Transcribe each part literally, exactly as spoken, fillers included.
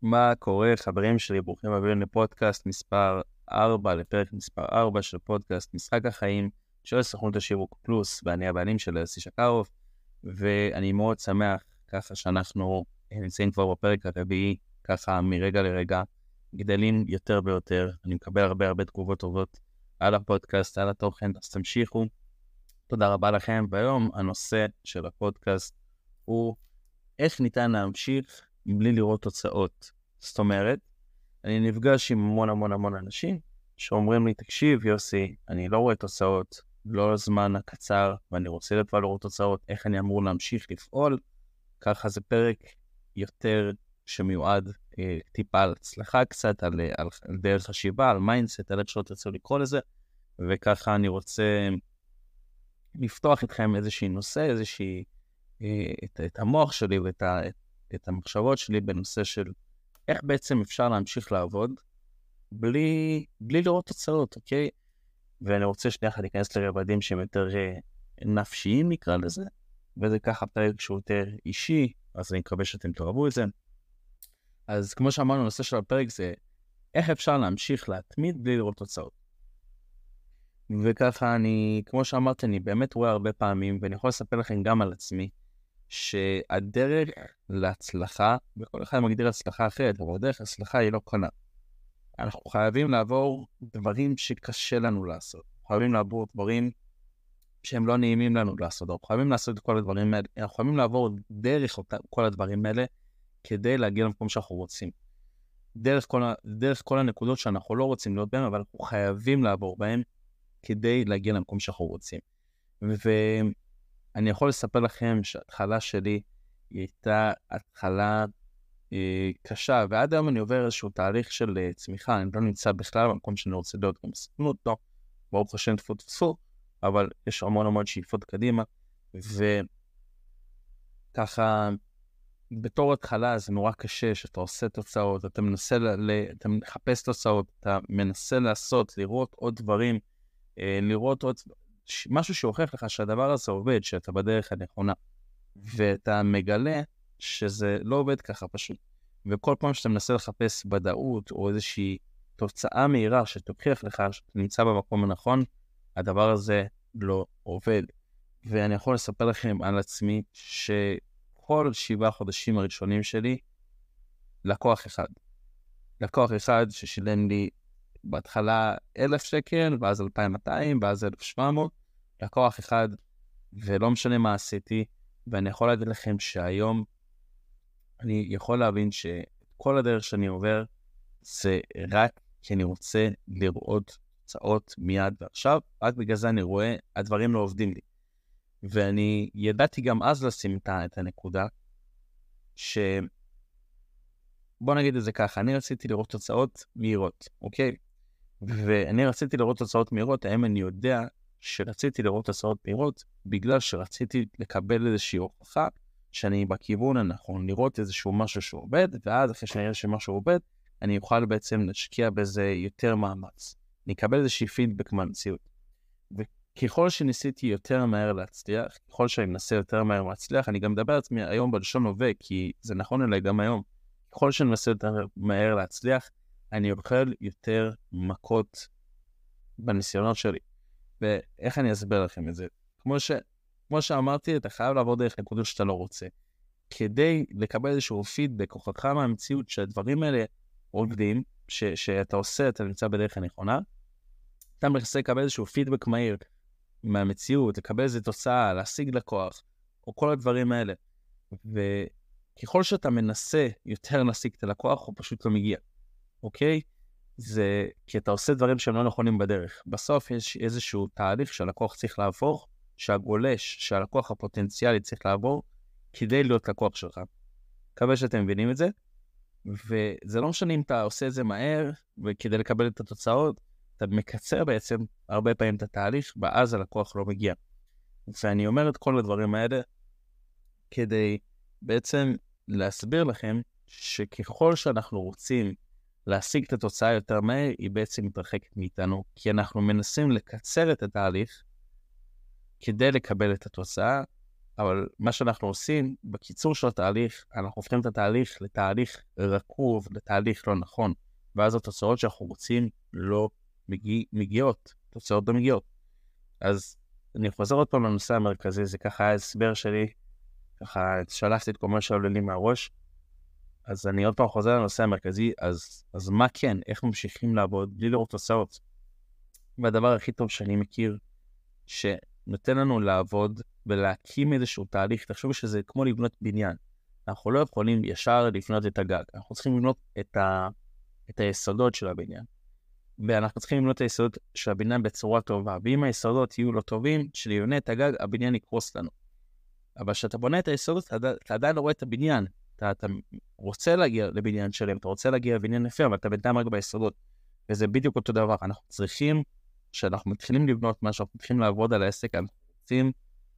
מה קורה, חברים שלי? ברוכים הבאים לפודקאסט מספר ארבע, לפרק מספר ארבע של פודקאסט משחק החיים של סוכנות השיווק פלוס, ואני הבעלים של יוסי שקרוב, ואני מאוד שמח ככה שאנחנו נמצאים כבר בפרק הרביעי, ככה מרגע לרגע, גדלים יותר ויותר. אני מקבל הרבה הרבה תגובות טובות על הפודקאסט, על התוכן, אז תמשיכו. תודה רבה לכם. והיום הנושא של הפודקאסט הוא איך ניתן להמשיך בלי לראות תוצאות. זאת אומרת, אני נפגש עם המון המון המון אנשים שאומרים לי, תקשיב יוסי, אני לא רואה תוצאות, לא לזמן הקצר, ואני רוצה כבר לראות תוצאות, איך אני אמור להמשיך לפעול? ככה זה פרק יותר שמיועד אה, טיפה על הצלחה קצת, על, על, על דרך חשיבה, על מיינדסט, על איך שלא תרצו לקרוא לזה, וככה אני רוצה לפתוח איתכם איזושהי נושא, איזושהי, אה, את, את המוח שלי ואת ה, את, את המחשבות שלי בנושא של איך בעצם אפשר להמשיך לעבוד בלי, בלי לראות תוצאות, אוקיי? ואני רוצה שנייה אחת להיכנס לרבדים שהם יותר אה, נפשיים נקרא לזה, וזה ככה פרק שהוא יותר אישי, אז אני מקווה שאתם תאהבו את זה. אז כמו שאמרנו, הנושא של הפרק זה איך אפשר להמשיך להתמיד בלי לראות תוצאות. וככה אני, כמו שאמרתי, אני באמת רואה הרבה פעמים, ואני יכול לספר לכם גם על עצמי, שהדרך להצלחה, וכל אחד מגדיר הצלחה אחרת, אבל הדרך להצלחה היא לא קונה. אנחנו חייבים לעבור דברים שקשה לנו לעשות. חייבים לעבור דברים שהם לא נעימים לנו לעשות. אנחנו חייבים לעשות את כל הדברים האלה. אנחנו חייבים לעבור דרך אותה, כל הדברים האלה, כדי להגיע למקום שאנחנו רוצים. דרך כל, דרך כל הנקודות שאנחנו לא רוצים להיות בהם, אבל אנחנו חייבים לעבור בהם, כדי להגיע למקום שאנחנו רוצים. ואני יכול לספר לכם שההתחלה שלי היא הייתה התחלה אה, קשה, ועד היום אני עובר איזשהו תהליך של אה, צמיחה. אני לא נמצא בכלל במקום שאני רוצה להיות גם בסוכנות, לא, ברוך השם תפו תפסו, אבל יש המון המון שאיפות קדימה, וככה בתור התחלה זה נורא קשה שאתה עושה תוצאות, אתה מנסה, ל... אתה מחפש תוצאות, אתה מנסה לעשות, לראות עוד דברים, לראות עוד משהו שהוכיח לך שהדבר הזה עובד, שאתה בדרך הנכונה, ואתה מגלה שזה לא עובד ככה פשוט. וכל פעם שאתה מנסה לחפש ודאות או איזושהי תוצאה מהירה שתוכיח לך שאתה נמצא במקום הנכון, הדבר הזה לא עובד. ואני יכול לספר לכם על עצמי שכל שבעה חודשים הראשונים שלי, לקוח אחד. לקוח אחד ששילם לי בהתחלה אלף שקל, ואז אלפיים ומאתיים, ואז אלף ושבע מאות, לקוח אחד, ולא משנה מה עשיתי, ואני יכול להגיד לכם שהיום אני יכול להבין שכל הדרך שאני עובר, זה רק כי אני רוצה לראות תוצאות מיד ועכשיו, רק בגלל זה אני רואה, הדברים לא עובדים לי. ואני ידעתי גם אז לשים את הנקודה, ש... בוא נגיד את זה ככה, אני רציתי לראות תוצאות מהירות, אוקיי? ואני רציתי לראות תוצאות מהירות, האם אני יודע שרציתי לראות תוצאות מהירות, בגלל שרציתי לקבל איזושהי הוכחה, שאני בכיוון הנכון, לראות איזשהו משהו שעובד, ואז אחרי שאני אראה שמשהו עובד, אני אוכל בעצם להשקיע בזה יותר מאמץ. אני אקבל איזושהי פידבק מהמציאות. וככל שניסיתי יותר מהר להצליח, ככל שאני מנסה יותר מהר להצליח, אני גם מדבר עצמי היום בלשון הווה, כי זה נכון אליי גם היום. ככל שאני מנסה יותר מהר להצליח, אני אוכל יותר מכות בניסיונות שלי. ואיך אני אסבר לכם את זה? כמו ש... כמו שאמרתי, אתה חייב לעבור דרך נקודות שאתה לא רוצה. כדי לקבל איזשהו פידבק, הוכחה מהמציאות שהדברים האלה עובדים, ש- שאתה עושה, אתה נמצא בדרך הנכונה, אתה מנסה לקבל איזשהו פידבק מהיר מהמציאות, לקבל איזו תוצאה, להשיג לקוח, או כל הדברים האלה. וככל שאתה מנסה יותר להשיג את הלקוח, הוא פשוט לא מגיע. אוקיי? זה כי אתה עושה דברים שהם לא נכונים בדרך. בסוף יש איזשהו תהליך שהלקוח צריך לעבור, שהגולש, שהלקוח הפוטנציאלי צריך לעבור, כדי להיות לקוח שלך. מקווה שאתם מבינים את זה, וזה לא משנה אם אתה עושה את זה מהר, וכדי לקבל את התוצאות, אתה מקצר בעצם הרבה פעמים את התהליך, ואז הלקוח לא מגיע. ואני אומר את כל הדברים האלה, כדי בעצם להסביר לכם, שככל שאנחנו רוצים להשיג את התוצאה יותר מהר, היא בעצם מתרחקת מאיתנו, כי אנחנו מנסים לקצר את התהליך, כדי לקבל את התוצאה, אבל מה שאנחנו עושים, בקיצור של התהליך, אנחנו הופכים את התהליך לתהליך רקוב, לתהליך לא נכון, ואז התוצאות שאנחנו רוצים לא מגיע, מגיעות, תוצאות לא מגיעות. אז אני חוזר עוד פעם לנושא המרכזי, זה ככה ההסבר שלי, ככה שלחתי את כל מה שעולה לי מהראש, אז אני עוד פעם חוזר לנושא המרכזי, אז, אז מה כן, איך ממשיכים לעבוד בלי לראות תוצאות? והדבר הכי טוב שאני מכיר, שנותן לנו לעבוד ולהקים איזשהו תהליך, תחשבו שזה כמו לבנות בניין. אנחנו לא יכולים ישר לבנות את הגג, אנחנו צריכים לבנות את, ה, את היסודות של הבניין. ואנחנו צריכים לבנות את היסודות של הבניין בצורה טובה, ואם היסודות יהיו לא טובים, כשנבנה את הגג, הבניין יקרוס לנו. אבל כשאתה בונה את היסודות, אתה, אתה עדיין לא רואה את הבניין. אתה, אתה רוצה להגיע לבניין שלם, אתה רוצה להגיע לבניין יפה, אבל אתה בינתיים רק ביסודות. וזה בדיוק אותו דבר. אנחנו צריכים, כשאנחנו מתחילים לבנות משהו, אנחנו מתחילים לעבוד על העסק, אנחנו רוצים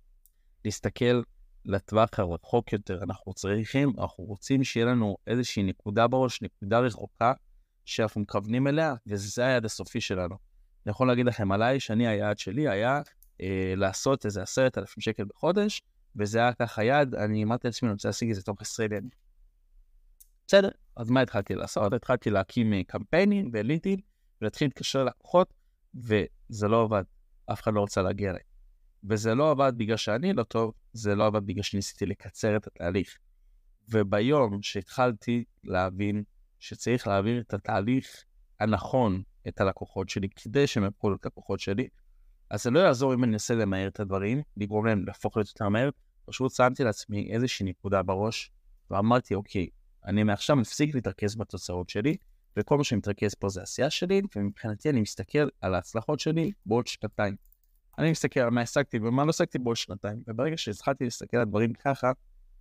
להסתכל לטווח הרחוק יותר. אנחנו צריכים, אנחנו רוצים שיהיה לנו איזושהי נקודה בראש, נקודה רחוקה, שאנחנו מכוונים אליה, וזה היעד הסופי שלנו. אני יכול להגיד לכם עליי, שאני היעד שלי היה אה, לעשות איזה עשרת אלפים שקל בחודש, וזה היה ככה יעד, אני אמרתי לעצמי, אני רוצה להשיג את זה תוך עשרים ימים. בסדר, אז מה התחלתי לעשות? התחלתי להקים קמפיינים ולידים, ולהתחיל להתקשר לקוחות, וזה לא עבד, אף אחד לא רוצה להגיע אליי. וזה לא עבד בגלל שאני לא טוב, זה לא עבד בגלל שניסיתי לקצר את התהליך. וביום שהתחלתי להבין שצריך להעביר את התהליך הנכון את הלקוחות שלי, כדי שהם יפכו את הלקוחות שלי, אז זה לא יעזור אם אני אנסה למהר את הדברים, לגרום להם להפוך להיות יותר מהר, פשוט שמתי לעצמי איזושהי נקודה בראש, ואמרתי, אוקיי, אני מעכשיו מפסיק להתרכז בתוצאות שלי, וכל מה שאני מתרכז פה זה עשייה שלי, ומבחינתי אני מסתכל על ההצלחות שלי בעוד שנתיים. אני מסתכל על מה השגתי ומה לא השגתי בעוד שנתיים, וברגע שהתחלתי להסתכל על דברים ככה,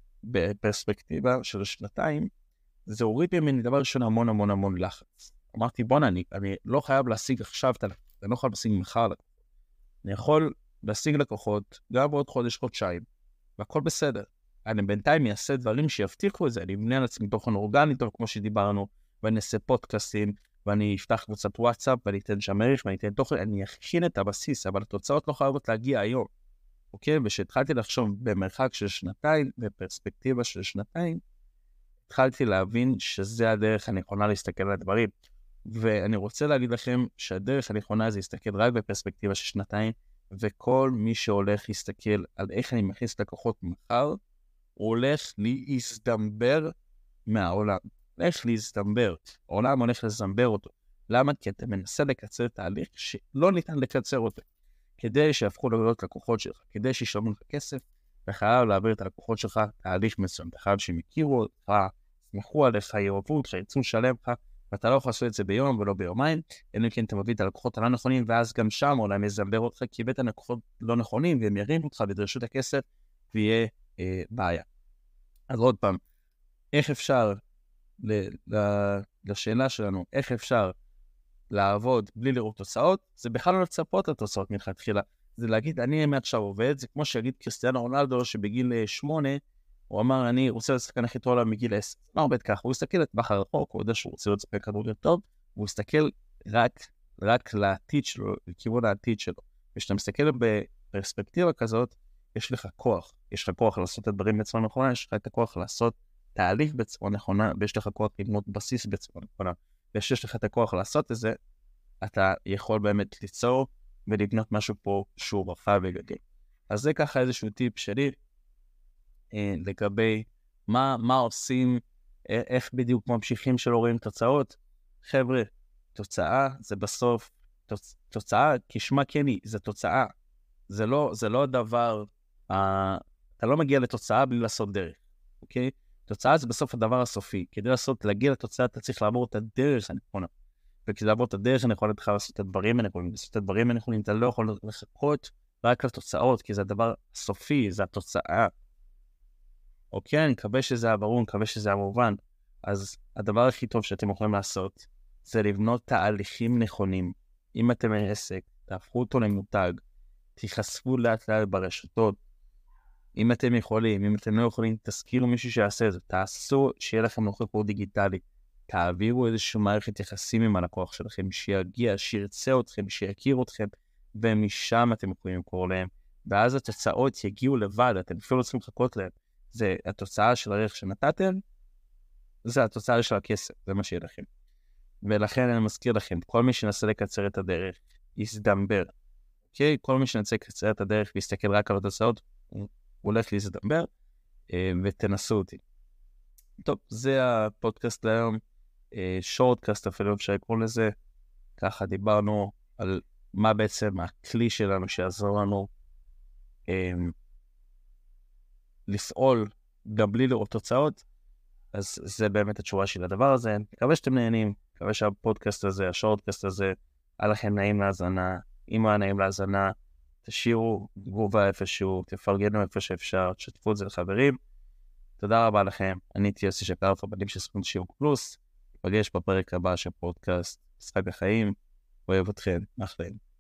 בפרספקטיבה של שנתיים, זה הוריד ממני דבר ראשון המון המון המון לחץ. אמרתי, בוא אני, אני לא חייב להשיג עכשיו, אני לא יכול להשיג מחר. אני יכול להשיג לקוחות גם בעוד חודש, חודשיים, והכל בסדר. אני בינתיים אעשה דברים שיבטיחו את זה, אני אבנה על עצמי תוכן אורגני טוב, כמו שדיברנו, ואני אעשה פודקאסטים, ואני אפתח קבוצת וואטסאפ, ואני אתן שם ערך, ואני אתן תוכן, אני אכין את הבסיס, אבל התוצאות לא חייבות להגיע היום. אוקיי? ושהתחלתי לחשוב במרחק של שנתיים, בפרספקטיבה של שנתיים, התחלתי להבין שזה הדרך הנכונה להסתכל על הדברים. ואני רוצה להגיד לכם שהדרך הנכונה זה להסתכל רק בפרספקטיבה של שנתיים, וכל מי שהולך להסתכל על איך אני מכניס לקוחות מחר, הוא הולך להזדמבר מהעולם. הולך להזדמבר. העולם הולך לזמבר אותו. למה? כי אתה מנסה לקצר תהליך שלא ניתן לקצר אותו. כדי שיהפכו להיות לקוחות שלך, כדי שישלמו לך כסף, אתה חייב להעביר את הלקוחות שלך תהליך מסוים. אתה חייב שהם יכירו אותך, יסמכו עליך, יאהבו אותך, ירצו לשלם לך, ואתה לא יכול לעשות את זה ביום ולא ביומיים, אלא כן אתה מביא את הלקוחות הלא נכונים, ואז גם שם אולי מזמבר אותך, כי הבאת הלקוחות לא נכונים, והם ירימו אותך וידרשו את הכסף, ויהיה אה, בעיה. אז עוד פעם, איך אפשר, ל- ל- לשאלה שלנו, איך אפשר לעבוד בלי לראות תוצאות, זה בכלל לא לצפות התוצאות מלכתחילה. זה להגיד, אני מעכשיו עובד, זה כמו שיגיד קריסטיאנו רונלדו, שבגיל שמונה, הוא אמר, אני רוצה לשחקן הכי טוב עליו מגיל עשר. מה עובד ככה? הוא הסתכל לטווח הרחוק, הוא יודע שהוא רוצה להיות שחקן כדורגל טוב, הוא הסתכל רק, רק לעתיד שלו, לכיוון העתיד שלו. וכשאתה מסתכל בפרספקטיבה כזאת, יש לך כוח. יש לך כוח לעשות את הדברים בצורה נכונה, יש לך את הכוח לעשות תהליך בצורה נכונה, ויש לך כוח לבנות בסיס בצורה נכונה. וכשיש לך את הכוח לעשות את זה, אתה יכול באמת ליצור ולבנות משהו פה שהוא רחב וגדול. אז זה ככה איזשהו טיפ שלי, לגבי מה, מה עושים, איך בדיוק ממשיכים שלא רואים תוצאות. חבר'ה, תוצאה זה בסוף, תוצ... תוצאה כשמה כן היא, זה תוצאה. זה לא, זה לא דבר, אה, אתה לא מגיע לתוצאה בלי לעשות דרך, אוקיי? תוצאה זה בסוף הדבר הסופי. כדי לעשות, להגיע לתוצאה, אתה צריך לעבור את הדרך הנכונה. וכדי לעבור את הדרך הנכונה, אתה לעשות את הדברים הנכונים. לעשות את הדברים הנכונים, אתה לא יכול לחכות רק לתוצאות, כי זה הדבר הסופי, זה התוצאה. אוקיי, אני מקווה שזה הברור, אני מקווה שזה המובן. אז הדבר הכי טוב שאתם יכולים לעשות, זה לבנות תהליכים נכונים. אם אתם עסק, תהפכו אותו למותג, תיחשפו לאט לאט ברשתות. אם אתם יכולים, אם אתם לא יכולים, תזכירו מישהו שיעשה את זה. תעשו שיהיה לכם נוכחות דיגיטלית. תעבירו איזושהי מערכת יחסים עם הלקוח שלכם, שיגיע, שירצה אתכם, שיכיר אתכם, ומשם אתם יכולים לקרוא להם. ואז התוצאות יגיעו לבד, אתם אפילו לא צריכים לחכות להם. זה התוצאה של הערך שנתתם, זה התוצאה של הכסף, זה מה שיהיה לכם. ולכן אני מזכיר לכם, כל מי שנסה לקצר את הדרך, יזדמבר. אוקיי? כל מי שננסה לקצר את הדרך ויסתכל רק על התוצאות, הוא הולך להזדמבר, ותנסו אותי. טוב, זה הפודקאסט להיום, שורטקאסט אפילו אפשר לקרוא לזה, ככה דיברנו על מה בעצם הכלי שלנו שיעזור לנו לפעול גם בלי לראות תוצאות, אז זה באמת התשובה של הדבר הזה. מקווה שאתם נהנים, מקווה שהפודקאסט הזה, השורטקאסט הזה, היה לכם נעים להזנה, אם היה נעים להזנה, תשאירו תגובה איפשהו, תפרגנו איפה שאפשר, תשתפו את זה לחברים. תודה רבה לכם, אני הייתי יוסי שקרף, הבנים של ספונט שיעור פלוס, נפגש בפרק הבא של פודקאסט, משחק החיים, אוהב אתכם, אחלה.